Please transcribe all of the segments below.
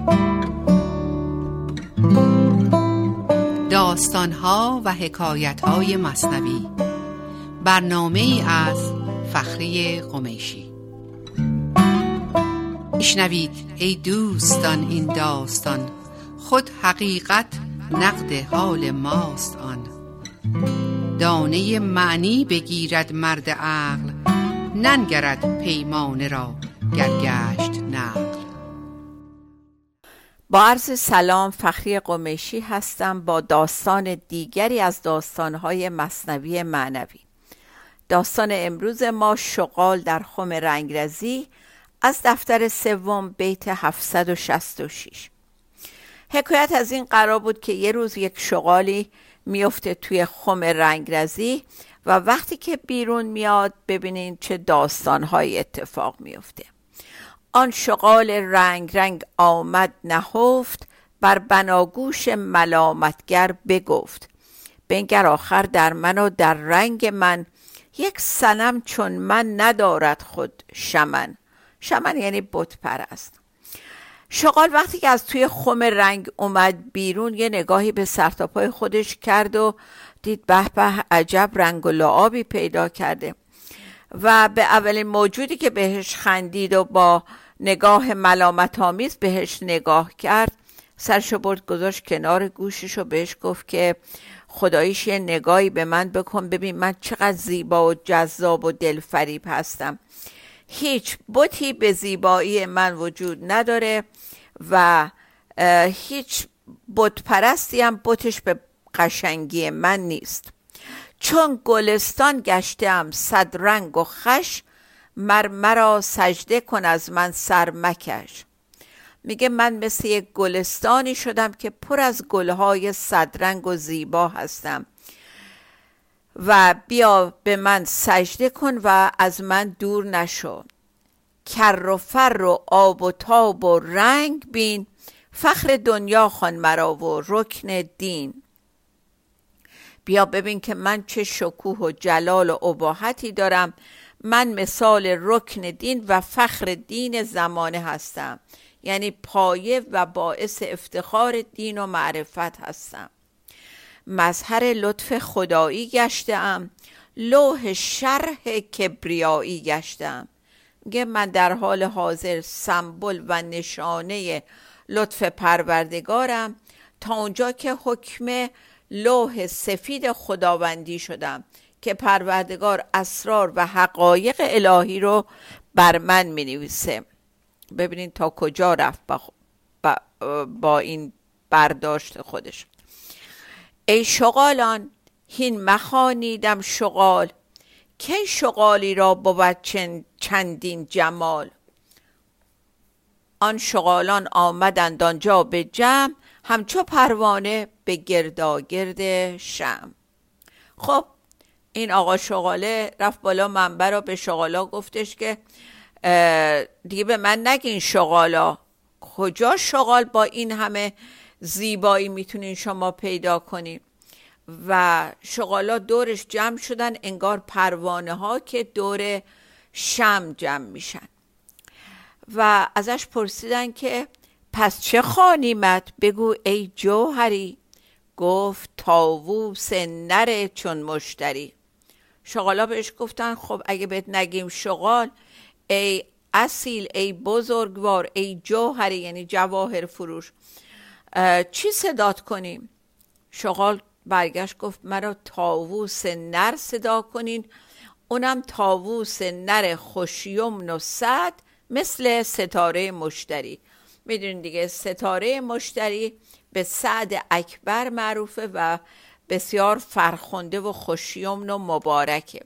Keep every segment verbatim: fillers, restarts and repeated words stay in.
داستان‌ها و حکایت‌های مثنوی، برنامه‌ای از فخری قمیشی. اشنوید ای دوستان این داستان، خود حقیقت نقد حال ماست آن. دانه معنی بگیرد مرد عقل، ننگرد پیمانه را گر گشت نقل. با عرض سلام، فخری قمیشی هستم با داستان دیگری از داستان‌های مثنوی معنوی. داستان امروز ما شغال در خم رنگرزی از دفتر سوم بیت هفتصد و شصت و شش. حکایت از این قرار بود که یه روز یک شغالی میفته توی خم رنگرزی و وقتی که بیرون میاد ببینین چه داستان‌های اتفاق میفته. آن شغال رنگ رنگ آمد نهفت، بر بناگوش ملامتگر بگفت. بنگر آخر در من و در رنگ من، یک صنم چون من ندارد خود شمن. شمن یعنی بت پرست. شغال وقتی که از توی خم رنگ اومد بیرون یه نگاهی به سرتاپای خودش کرد و دید به به عجب رنگ و لعابی پیدا کرده و به اولین موجودی که بهش خندید و با نگاه ملامت آمیز بهش نگاه کرد سرشو برد گذاشت کنار گوشش و بهش گفت که خداییش یه نگاهی به من بکن، ببین من چقدر زیبا و جذاب و دلفریب هستم. هیچ بتی به زیبایی من وجود نداره و هیچ بت پرستی هم بتش به قشنگی من نیست. چون گلستان گشتم صد رنگ و خش، مر مرا سجده کن از من سر مکش. میگه من مثل یک گلستانی شدم که پر از گلهای صد رنگ و زیبا هستم و بیا به من سجده کن و از من دور نشو. کر و فر و آب و تاب و رنگ بین، فخر دنیا خوان مرا و رکن دین. بیا ببین که من چه شکوه و جلال و اباحتی دارم. من مثال رکن دین و فخر دین زمانه هستم، یعنی پایه و باعث افتخار دین و معرفت هستم. مظهر لطف خدایی گشتم، لوح شرح کبریایی گشتم. میگه من در حال حاضر سمبل و نشانه لطف پروردگارم تا اونجا که حکم لوح سفید خداوندی شدم که پروردگار اسرار و حقایق الهی رو بر من می نویسه. ببینین تا کجا رفت با, با, با این برداشت خودش. ای شغالان هین مخوانیدم شغال، کی شغالی را بود چندین جمال. آن شغالان آمدند آنجا به جمع، همچو پروانه به گرداگرد شمع. خب این آقا شغاله رفت بالا منبر و به شغالا گفتش که دیگه به من نگین شغالا، کجا شغال با این همه زیبایی میتونین شما پیدا کنین؟ و شغالا دورش جمع شدن انگار پروانه ها که دور شمع جمع میشن و ازش پرسیدن که پس چه خوانیمت؟ بگو ای جوهری. گفت طاووس نر چون مشتری. شغالا بهش گفتن خب اگه بهت نگیم شغال، ای اصیل، ای بزرگوار، ای جوهری یعنی جواهر فروش، چی صدات کنیم؟ شغال برگشت گفت مرا طاووس نر صدا کنین، اونم طاووس نر خوشیمن و سعد مثل ستاره مشتری. میدونین دیگه ستاره مشتری به سعد اکبر معروفه و بسیار فرخنده و خوشیمن و مبارکه.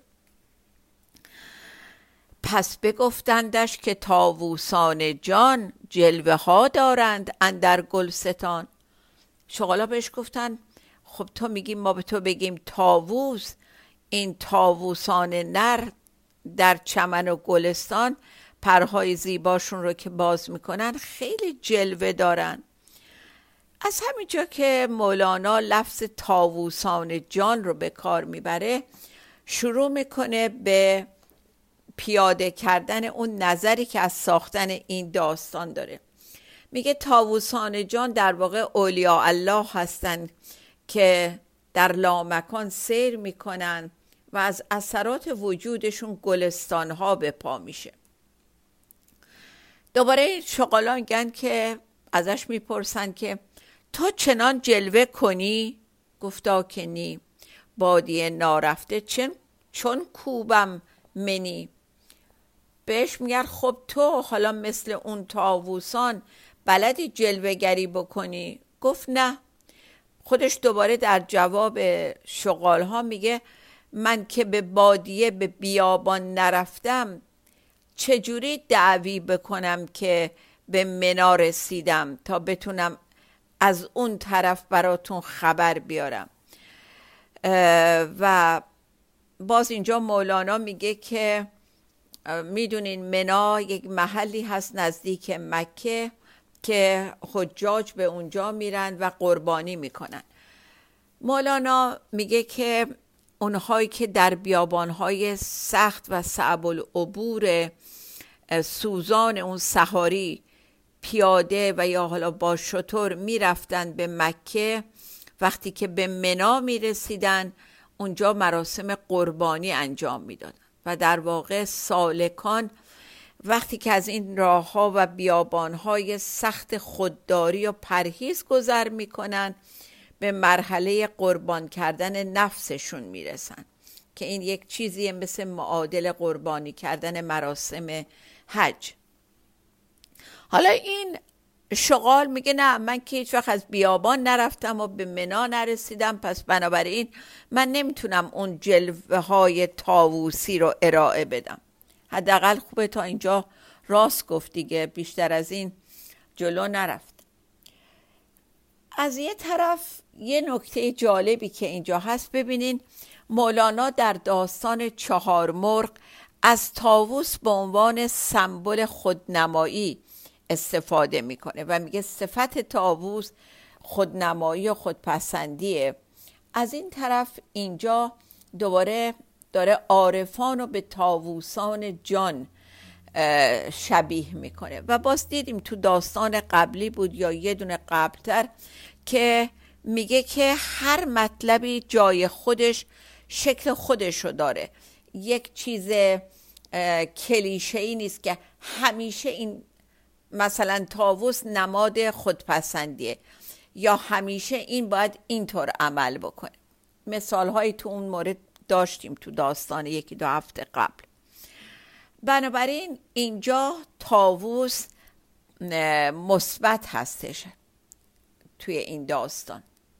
پس بگفتندش که طاووسان جان، جلوه ها دارند اندر گلستان. شغالا بهش گفتن خب تو میگیم ما به تو بگیم طاووس، این طاووسان نر در چمن و گلستان پرهای زیباشون رو که باز میکنن خیلی جلوه دارن. از همینجا که مولانا لفظ طاووسان جان رو به کار میبره شروع میکنه به پیاده کردن اون نظری که از ساختن این داستان داره. میگه طاووسان جان در واقع اولیاء الله هستن که در لامکان سیر میکنن و از اثرات وجودشون گلستان ها به پا میشه. دوباره شغالان گن که ازش میپرسن که تو چنان جلوه کنی؟ گفتا که نی، بادیه نارفته چن چون کوبم منی. بهش میگن خب تو حالا مثل اون طاووسان بلدی جلوه گری بکنی؟ گفت نه. خودش دوباره در جواب شغال ها میگه من که به بادیه به بیابان نرفتم، چجوری دعوی بکنم که به منا رسیدم تا بتونم از اون طرف براتون خبر بیارم. و باز اینجا مولانا میگه که میدونین منا یک محلی هست نزدیک مکه که حجاج به اونجا میرن و قربانی میکنن. مولانا میگه که اونهایی که در بیابانهای سخت و صعب العبور سوزان اون صحاری پیاده و یا حالا با شتر میرفتن به مکه، وقتی که به منا میرسیدن اونجا مراسم قربانی انجام میدادن و در واقع سالکان وقتی که از این راه ها و بیابان های سخت خودداری و پرهیز گذر میکنن به مرحله قربان کردن نفسشون میرسن که این یک چیزیه مثل معادل قربانی کردن مراسم حج. حالا این شغال میگه نه، من که هیچ وقت از بیابان نرفتم و به منا نرسیدم، پس بنابراین من نمیتونم اون جلوه های طاووسی رو ارائه بدم. حداقل خوبه تا اینجا راست گفت دیگه، بیشتر از این جلو نرفت. از یه طرف یه نکته جالبی که اینجا هست، ببینین مولانا در داستان چهار مرغ از طاووس به عنوان سمبل خودنمایی استفاده میکنه و میگه صفت طاووس خودنمایی و خودپسندیه. از این طرف اینجا دوباره داره عارفان رو به طاووسان جان شبیه میکنه و باز دیدیم تو داستان قبلی بود یا یه دونه قبلتر که میگه که هر مطلبی جای خودش شکل خودش رو داره. یک چیز کلیشه‌ای نیست که همیشه این مثلا طاووس نماد خودپسندیه یا همیشه این باید اینطور عمل بکنه. مثال هایی تو اون مورد داشتیم تو داستان یکی دو هفته قبل. بنابراین اینجا طاووس مثبت هستش توی این داستان.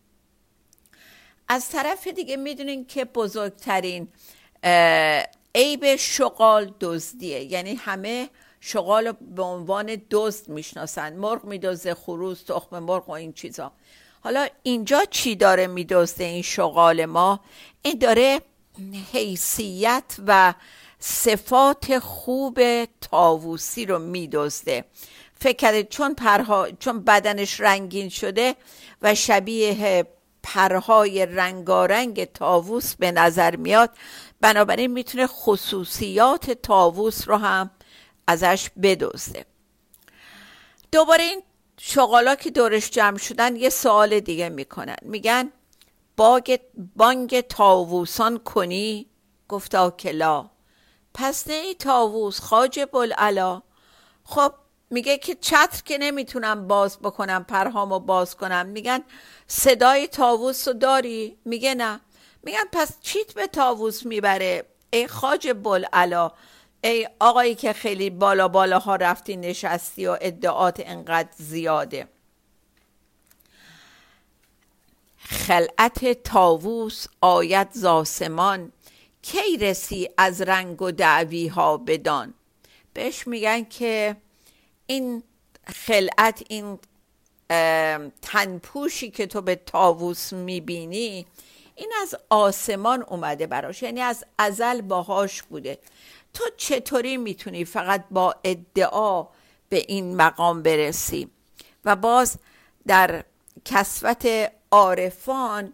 از طرف دیگه میدونین که بزرگترین عیب شغال دزدیه، یعنی همه شغال به عنوان دزد میشناسن، مرغ میدزده، خروس، تخم مرغ و این چیزا. حالا اینجا چی داره میدزده این شغال ما؟ این داره حیثیت و صفات خوب طاووسی رو میدزده. فکر کرده چون پرها چون بدنش رنگین شده و شبیه پرهای رنگارنگ طاووس به نظر میاد، بنابراین میتونه خصوصیات طاووس رو هم ازش بدزده. دوباره این شغالا که دورش جمع شدن یه سوال دیگه میکنن، میگن باگ بانگ طاووسان کنی؟ گفتا که لا. پس نه ای طاووس خواجه بوالعلا. خب میگه که چتر که نمیتونم باز بکنم، پرهامو باز کنم. میگن صدای طاووس رو داری؟ میگه نه. میگن پس چیت به طاووس میبره ای خواجه بوالعلا، ای آقایی که خیلی بالا بالا ها رفتی نشستی و ادعات انقدر زیاده. خلعت طاووس آید ز آسمان، کی رسی از رنگ و دعوی ها بدان. بهش میگن که این خلعت، این تنپوشی که تو به طاووس میبینی، این از آسمان اومده براش، یعنی از ازل باهاش بوده. تو چطوری میتونی فقط با ادعا به این مقام برسی؟ و باز در کسوت عارفان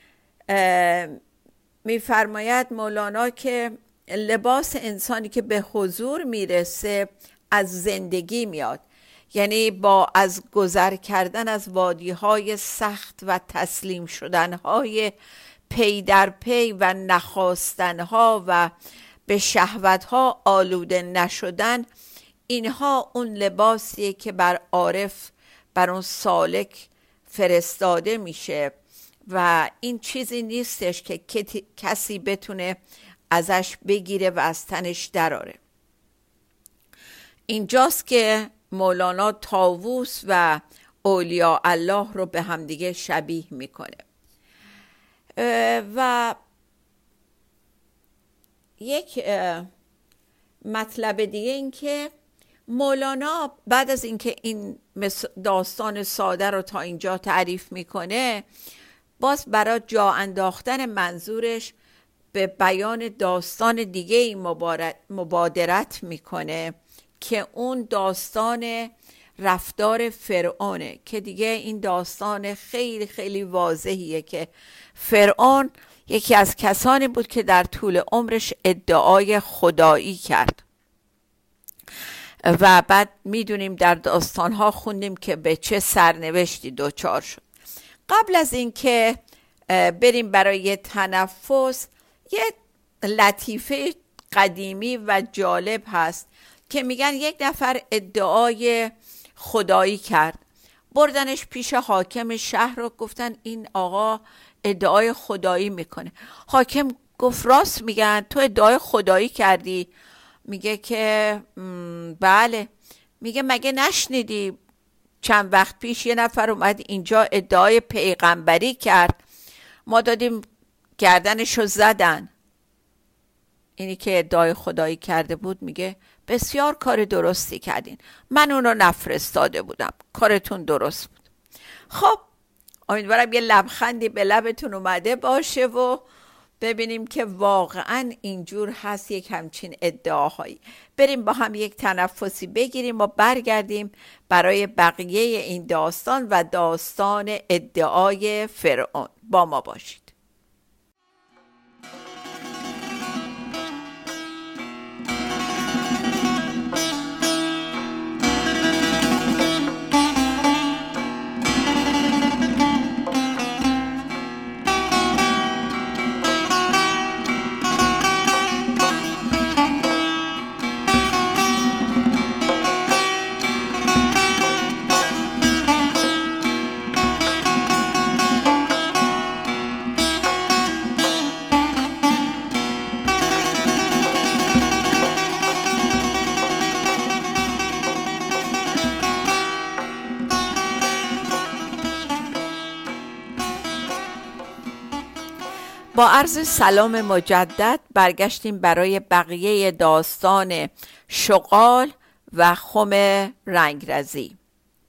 میفرماید مولانا که لباس انسانی که به حضور میرسه از زندگی میاد، یعنی با از گذر کردن از وادی‌های سخت و تسلیم شدن‌های پی در پی و نخواستن‌ها و به شهوت‌ها آلوده نشدن، اینها اون لباسیه که بر عارف، بر اون سالک فرستاده میشه و این چیزی نیستش که کسی بتونه ازش بگیره و از تنش دراره. اینجاست که مولانا طاووس و اولیاء الله رو به همدیگه شبیه میکنه. و یک مطلب دیگه این که مولانا بعد از اینکه این داستان ساده رو تا اینجا تعریف میکنه، باز برای جا انداختن منظورش به بیان داستان دیگه ای مبادرت میکنه که اون داستان رفتار فرعونه، که دیگه این داستان خیلی خیلی واضحیه که فرعون یکی از کسانی بود که در طول عمرش ادعای خدایی کرد و بعد میدونیم در داستانها خوندیم که به چه سرنوشتی دوچار شد. قبل از اینکه بریم برای تنفس، یه لطیفه قدیمی و جالب هست که میگن یک نفر ادعای خدایی کرد، بردنش پیش حاکم شهر رو، گفتن این آقا ادعای خدایی میکنه. حاکم گفت راست میگن، تو ادعای خدایی کردی؟ میگه که بله. میگه مگه نشنیدی چند وقت پیش یه نفر اومد اینجا ادعای پیغمبری کرد، ما دادیم گردنشو زدن. اینی که ادعای خدایی کرده بود میگه بسیار کار درستی کردین، من اونو نفرستاده بودم، کارتون درست بود. خب امیدوارم یه لبخندی به لبتون اومده باشه و ببینیم که واقعا اینجور هست یک همچین ادعاهایی. بریم با هم یک تنفسی بگیریم و برگردیم برای بقیه این داستان و داستان ادعای فرعون. با ما باشید. با عرض سلام مجدد برگشتیم برای بقیه داستان شغال و خم رنگرزی.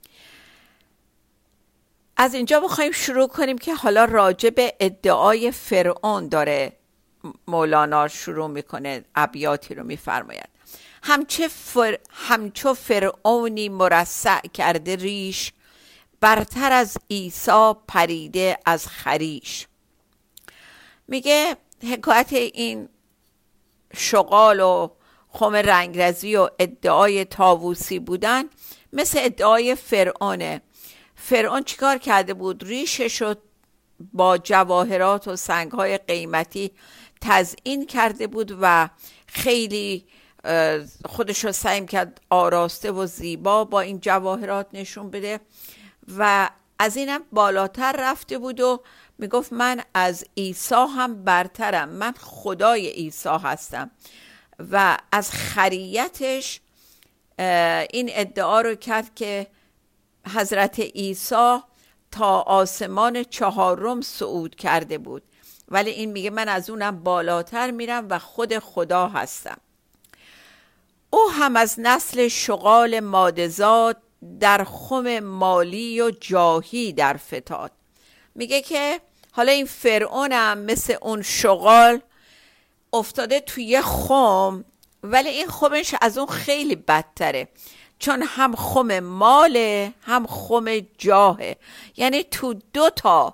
از اینجا بخوایم شروع کنیم که حالا راجع به ادعای فرعون داره مولانا شروع میکنه، ابیاتی رو میفرماید. همچه فر... همچو فرعونی مرصع کرده ریش، برتر از عیسی پریده از خریش. میگه حکایت این شغال و خم رنگرزی و ادعای طاووسی بودن مثل ادعای فرعونه. فرعون چیکار کرده بود؟ ریشش رو با جواهرات و سنگهای قیمتی تزیین کرده بود و خیلی خودش رو سعی کرد آراسته و زیبا با این جواهرات نشون بده و از اینم بالاتر رفته بود و میگفت من از عیسی هم برترم، من خدای عیسی هستم. و از خریتش این ادعا رو کرد که حضرت عیسی تا آسمان چهارم صعود کرده بود، ولی این میگه من از اونم بالاتر میرم و خود خدا هستم. او هم از نسل شغال ماده‌زاد، در خم مالی و جاهی در فتاد. میگه که حالا این فرعونم مثل اون شغال افتاده توی خم، ولی این خمش از اون خیلی بدتره، چون هم خم ماله هم خم جاهه، یعنی تو دو تا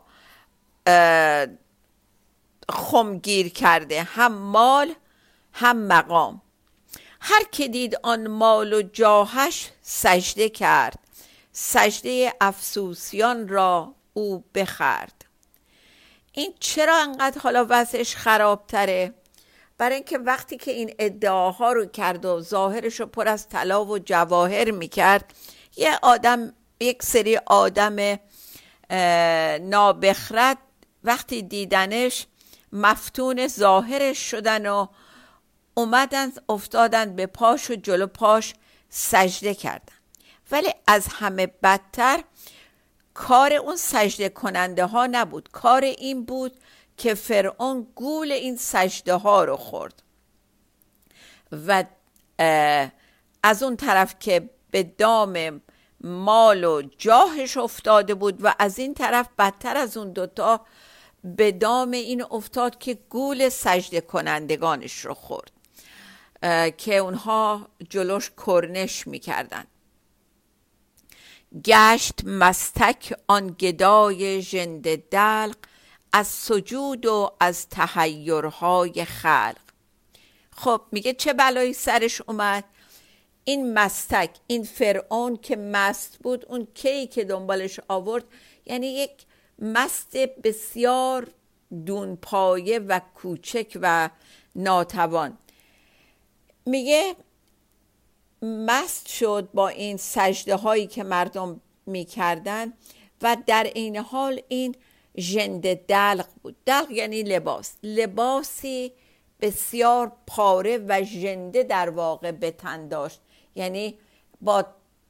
خم گیر کرده، هم مال هم مقام. هر که دید آن مال و جاهش سجده کرد، سجده افسوسیان را او بخورد. این چرا انقدر حالا وضعش خرابتره؟ برای اینکه وقتی که این ادعاها رو کرد و ظاهرش رو پر از طلا و جواهر میکرد، یه آدم یک سری آدم نابخرد وقتی دیدنش مفتون ظاهرش شدن و اومدن افتادن به پاش و جلو پاش سجده کردن. ولی از همه بدتر کار اون سجده کننده ها نبود، کار این بود که فرعون گول این سجده ها رو خورد و از اون طرف که به دام مال و جاهش افتاده بود و از این طرف بدتر از اون دوتا به دام این افتاد که گول سجده کنندگانش رو خورد که اونها جلوش کرنش میکردن. گشت مستک آن گدای ژنده دلق، از سجود و از تحیرهای خلق. خب میگه چه بلایی سرش اومد؟ این مستک، این فرعون که مست بود، اون کی که دنبالش آورد یعنی یک مست بسیار دونپایه و کوچک و ناتوان. میگه مست شد با این سجده هایی که مردم میکردن و در این حال این ژنده دلق بود. دلق یعنی لباس، لباسی بسیار پاره و ژنده در واقع به تن داشت، یعنی با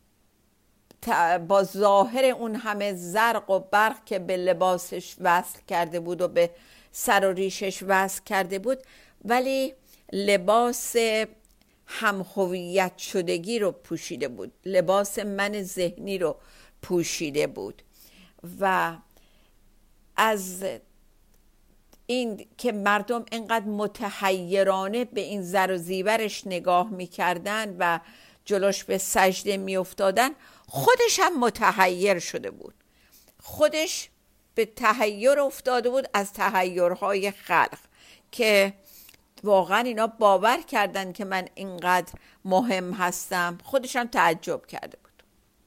با ظاهر اون همه زرق و برق که به لباسش وصل کرده بود و به سر و ریشش وصل کرده بود، ولی لباس هم هویت شدگی رو پوشیده بود، لباس من ذهنی رو پوشیده بود. و از این که مردم اینقدر متحیرانه به این زر و زیورش نگاه میکردن و جلوش به سجده میافتادن، خودش هم متحیر شده بود، خودش به تحیر افتاده بود از تحیرهای خلق که واقعا اینا باور کردن که من اینقدر مهم هستم. خودش هم تعجب کرده بود.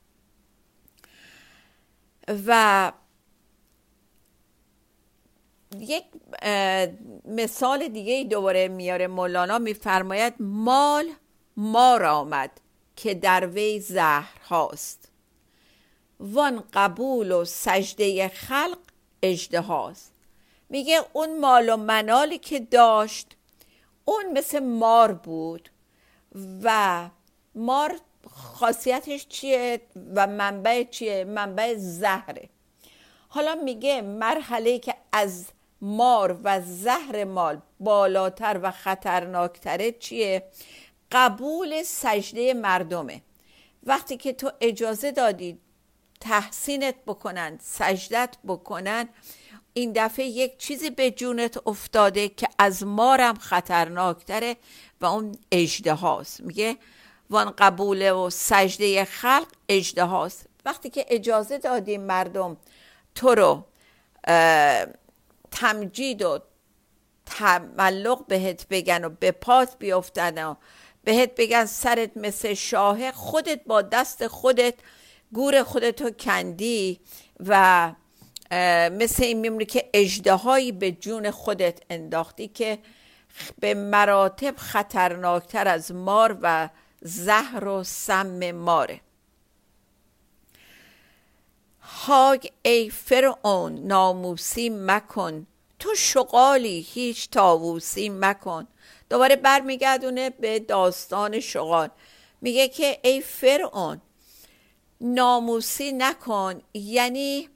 و یک مثال دیگه دوباره میاره مولانا، میفرماید مال مار آمد که در وی زهر هاست، وان قبول و سجده خلق اژدهاست. میگه اون مال و منالی که داشت اون مثل مار بود و مار خاصیتش چیه و منبع چیه؟ منبع زهره. حالا میگه مرحله که از مار و زهر مال بالاتر و خطرناکتره چیه؟ قبول سجده مردمه. وقتی که تو اجازه دادی تحسینت بکنن، سجدت بکنن، این دفعه یک چیزی به جونت افتاده که از مارم خطرناکتره و اون اژدهاست. میگه وان قبول و سجده خلق اژدهاست. وقتی که اجازه دادی مردم تو رو تمجید و تملق بهت بگن و به پات بیافتن و بهت بگن سرت مثل شاهه، خودت با دست خودت گور خودتو کندی و مثل این میمونی که اژدهایی به جون خودت انداختی که به مراتب خطرناکتر از مار و زهر و سم ماره. های ای فرعون ناموسی مکن، تو شغالی هیچ طاووسی مکن. دوباره برمیگردونه به داستان شغال. میگه که ای فرعون ناموسی نکن، یعنی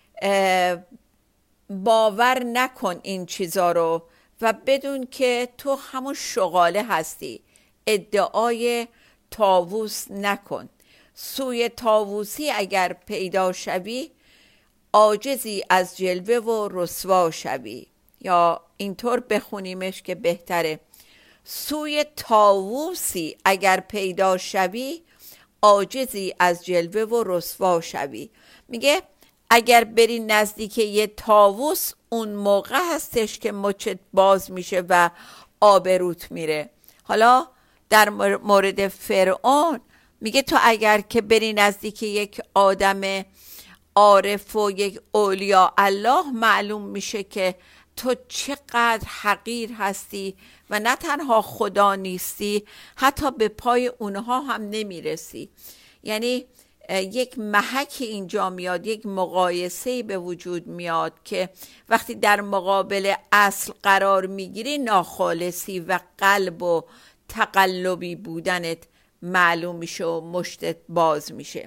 باور نکن این چیزا رو و بدون که تو همون شغاله هستی. ادعای طاووس نکن. سوی طاووسی اگر پیدا شوی، عاجزی از جلوه و رسوا شوی. یا اینطور بخونیمش که بهتره، سوی طاووسی اگر پیدا شوی، عاجزی از جلوه و رسوا شوی. میگه اگر بری نزدیک یه طاووس، اون موقع هستش که مچت باز میشه و آبروت میره. حالا در مورد فرعون میگه تو اگر که بری نزدیک یک آدم عارف و یک اولیاء الله، معلوم میشه که تو چقدر حقیر هستی و نه تنها خدا نیستی، حتی به پای اونها هم نمیرسی. یعنی یک محک اینجا میاد، یک مقایسه‌ای به وجود میاد که وقتی در مقابل اصل قرار میگیری ناخالصی و قلب و تقلبی بودنت معلوم میشه و مشتت باز میشه.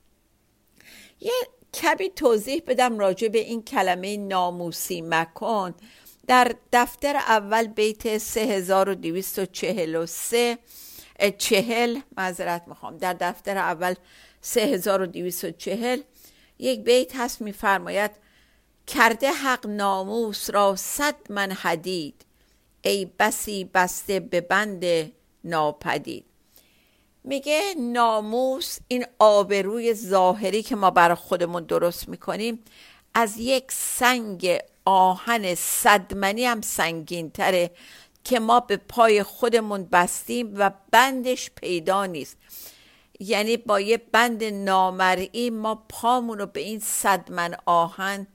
یه کمی توضیح بدم راجع به این کلمه ناموسی مکن. در دفتر اول بیت سه هزار و دویست و چهل و سه چهل معذرت میخوام در دفتر اول سه هزار و دویست و چهل یک بیت هست میفرماید کرده حق ناموس را صد من حدید، ای بسی بسته به بند ناپدید. میگه ناموس، این آبروی ظاهری که ما برای خودمون درست میکنیم، از یک سنگ آهن صدمنی هم سنگین تره که ما به پای خودمون بستیم و بندش پیدا نیست. یعنی با یه بند نامرئی ما پامون رو به این صدمن آهن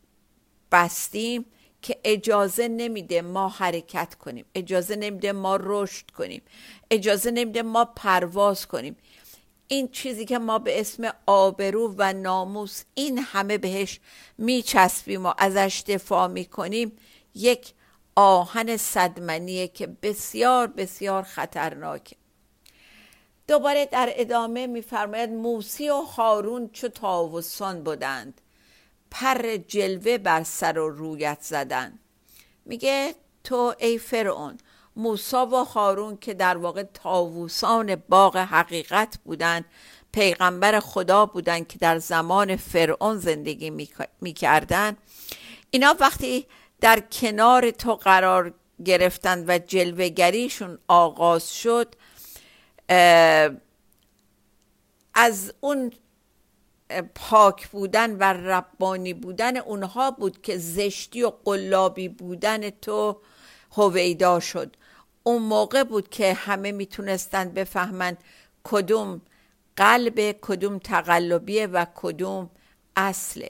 بستیم که اجازه نمیده ما حرکت کنیم، اجازه نمیده ما رشد کنیم، اجازه نمیده ما پرواز کنیم. این چیزی که ما به اسم آبرو و ناموس این همه بهش میچسبیم و ازش دفاع میکنیم، یک آهن صدمنیه که بسیار بسیار خطرناکه. دوباره در ادامه میفرماید موسی و هارون چو طاووسان بودند، پر جلوه بر سر و رویت زدن. میگه تو ای فرعون، موسی و هارون که در واقع طاووسان باغ حقیقت بودند، پیغمبر خدا بودند که در زمان فرعون زندگی میکردن، اینا وقتی در کنار تو قرار گرفتند و جلوه‌گریشون آغاز شد، از اون پاک بودن و ربانی بودن اونها بود که زشتی و قلابی بودن تو هویدا شد. اون موقع بود که همه میتونستن بفهمن کدوم قلب، کدوم تقلبیه و کدوم اصله.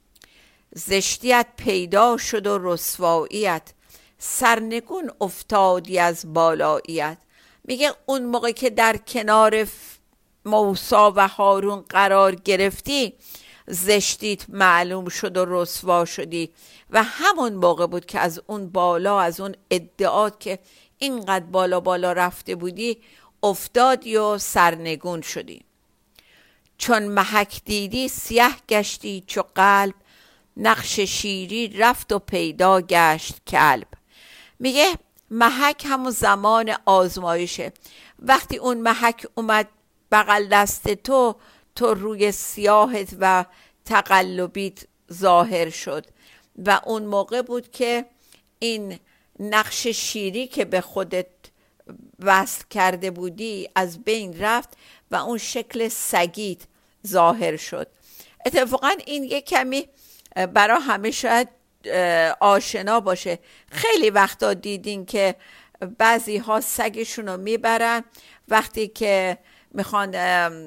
زشتیت پیدا شد و رسواییت، سرنگون افتادی از بالاییت. میگه اون موقع که در کنار موسی و هارون قرار گرفتی، زشتیت معلوم شد و رسوا شدی و همون موقع بود که از اون بالا، از اون ادعات که اینقدر بالا بالا رفته بودی، افتادی و سرنگون شدی. چون محک دیدی سیه گشتی چو قلب، نقش شیری رفت و پیدا گشت کلب. میگه محک همون زمان آزمایشه. وقتی اون محک اومد بغل دست تو، تو روی سیاهت و تقلبیت ظاهر شد و اون موقع بود که این نقش شیری که به خودت وصل کرده بودی از بین رفت و اون شکل سگیت ظاهر شد. اتفاقا این یه کمی برای همه شاید آشنا باشه. خیلی وقتا دیدین که بعضی ها سگشون رو میبرن، وقتی که میخوان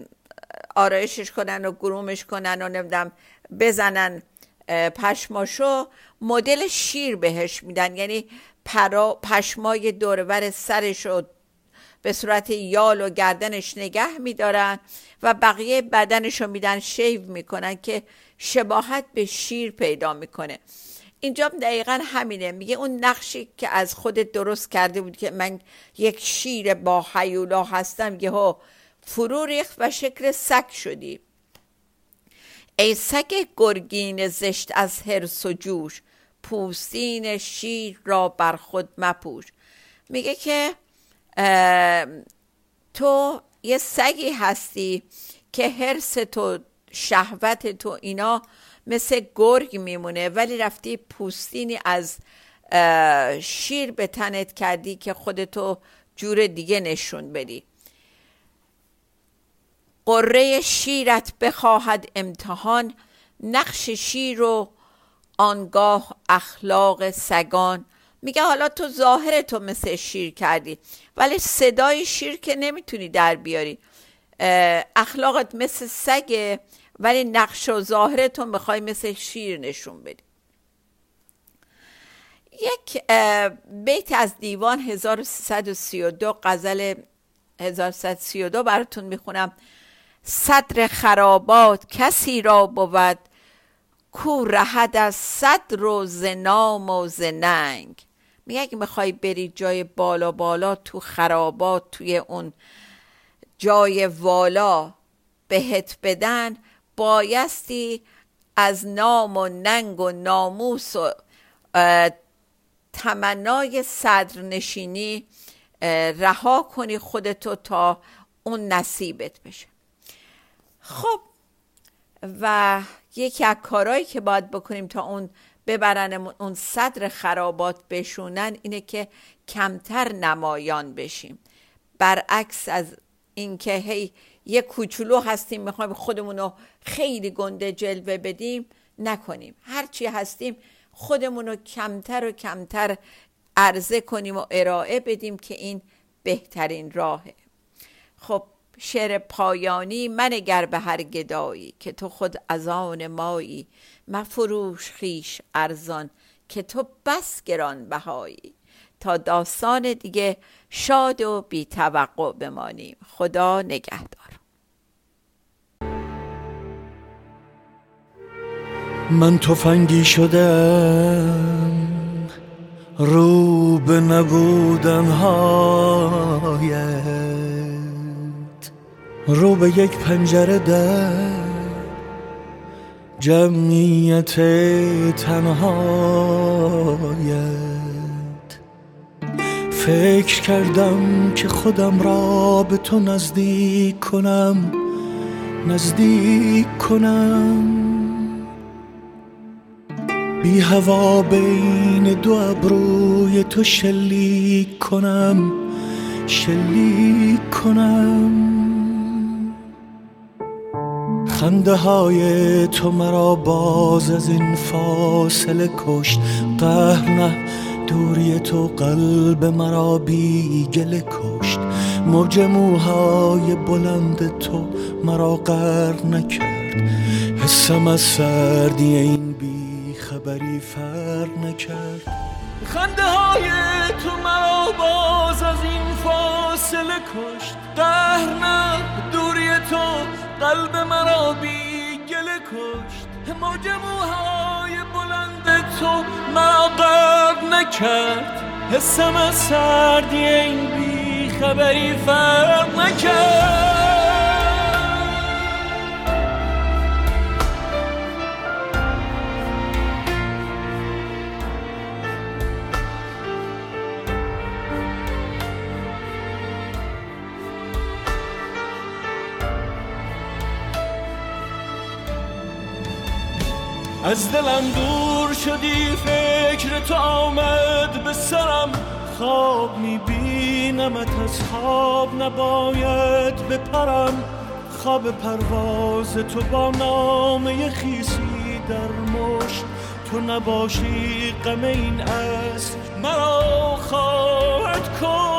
آرایشش کنن و گرومش کنن و نمیدونم بزنن پشماشو، مدل شیر بهش میدن، یعنی پرا پشمای دورور سرشو به صورت یال و گردنش نگه میدارن و بقیه بدنشو میدن شیو میکنن که شباهت به شیر پیدا میکنه. اینجا دقیقا همینه. میگه اون نقشی که از خودت درست کرده بود که من یک شیر با هیولا هستم، میگه ها فرو ریخت و شکل سگ شدی. ای سگ گرگین زشت از حرص و جوش، پوستین شیر را بر خود مپوش. میگه که تو یه سگی هستی که حرص تو، شهوت تو اینا مثل گرگ میمونه، ولی رفتی پوستینی از شیر به تنت کردی که خودتو جور دیگه نشون بدی. قره شیرت بخواهد امتحان، نقش شیر و آنگاه اخلاق سگان. میگه حالا تو ظاهر تو مثل شیر کردی، ولی صدای شیر که نمیتونی در بیاری. اخلاقت مثل سگه ولی نقش و ظاهرتون میخوای مثل شیر نشون بدی. یک بیت از دیوان هزار و سیصد و سی و دو، غزل هزار و سیصد و سی و دو براتون میخونم. صدر خرابات کسی را بود کو رهد از صدر و ز نام و ز ننگ. میگه اگه میخوای بری جای بالا بالا تو خرابات، توی اون جای والا بهت بدن، بایستی از نام و ننگ و ناموس و تمنای صدر نشینی رها کنی خودتو تا اون نصیبت بشه. خب و یکی از کارهایی که باید بکنیم تا اون ببرن اون صدر خرابات بشونن اینه که کمتر نمایان بشیم، برعکس از اینکه هی یه کوچولو هستیم میخوایم خودمونو خیلی گنده جلوه بدیم، نکنیم. هرچی هستیم خودمونو کمتر و کمتر عرضه کنیم و ارائه بدیم که این بهترین راهه. خب شعر پایانی: منگر به هر گدایی که تو خود از آن مایی، مفروش خیش ارزان که تو بس گران بهایی. تا داستان دیگه شاد و بی توقع بمانیم. خدا نگهدار. من تفنگی شدم رو به نبودن هایت، رو به یک پنجره در جمعیت تنهایت. فکر کردم که خودم را به تو نزدیک کنم، نزدیک کنم، بی هوا بین دو ابروی تو شلیک کنم، شلیک کنم. خنده های تو مرا باز از این فاصله کشت، قهر نه دوری تو قلب مرا بی گله کشت. موج موهای بلند تو مرا غرق نکرد، حسم از سردی این بی خبری فرق نکرد. خنده های تو مرا باز از این فاصله کشت، قهر نه دوری تو قلب مرا بی گله کشت. موج موهای بلند تو مرا غرق نکرد، حسم از سردی این بی خبری فرق نکرد. از دلم دور شدی، فکر تو آمد به سرم، خواب میبینمت از خواب نباید بپرم. خواب پرواز تو با نامه خیسی در مشت، تو نباشی غم این اسب مرا خواهد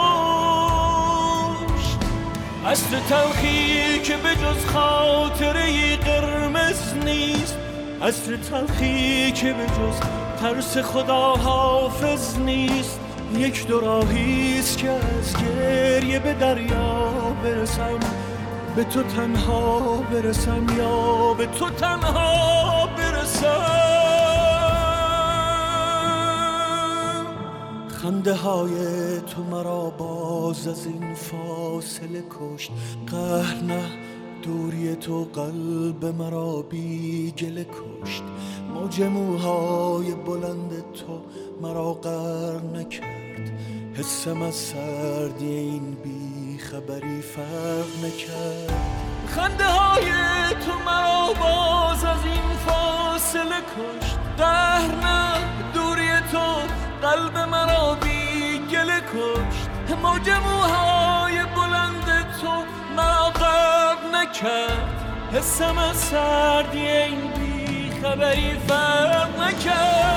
کشت. عصر تلخی که به جز خاطره قرمز نیست، عصر تلخی که به جز ترس خدا حافظ نیست. یک دو راهیست که از گریه به دریا برسم، به تو تنها برسم یا به تو تنها برسم. خنده های تو مرا باز از این فاصله کشت، قهر نه دوری تو قلب مرا بی گله کشت. موج موهای بلند تو مرا غرق نکرد، حسم از سردی این بی خبری فرق نکرد. خنده های تو مرا باز از این فاصله کشت، قهر نه دوری تو قلب مرا بی گله کشت. موج موهای بلند تو مرا غرق نکرد، حسم از سردی این بی خبری فرق نکرد.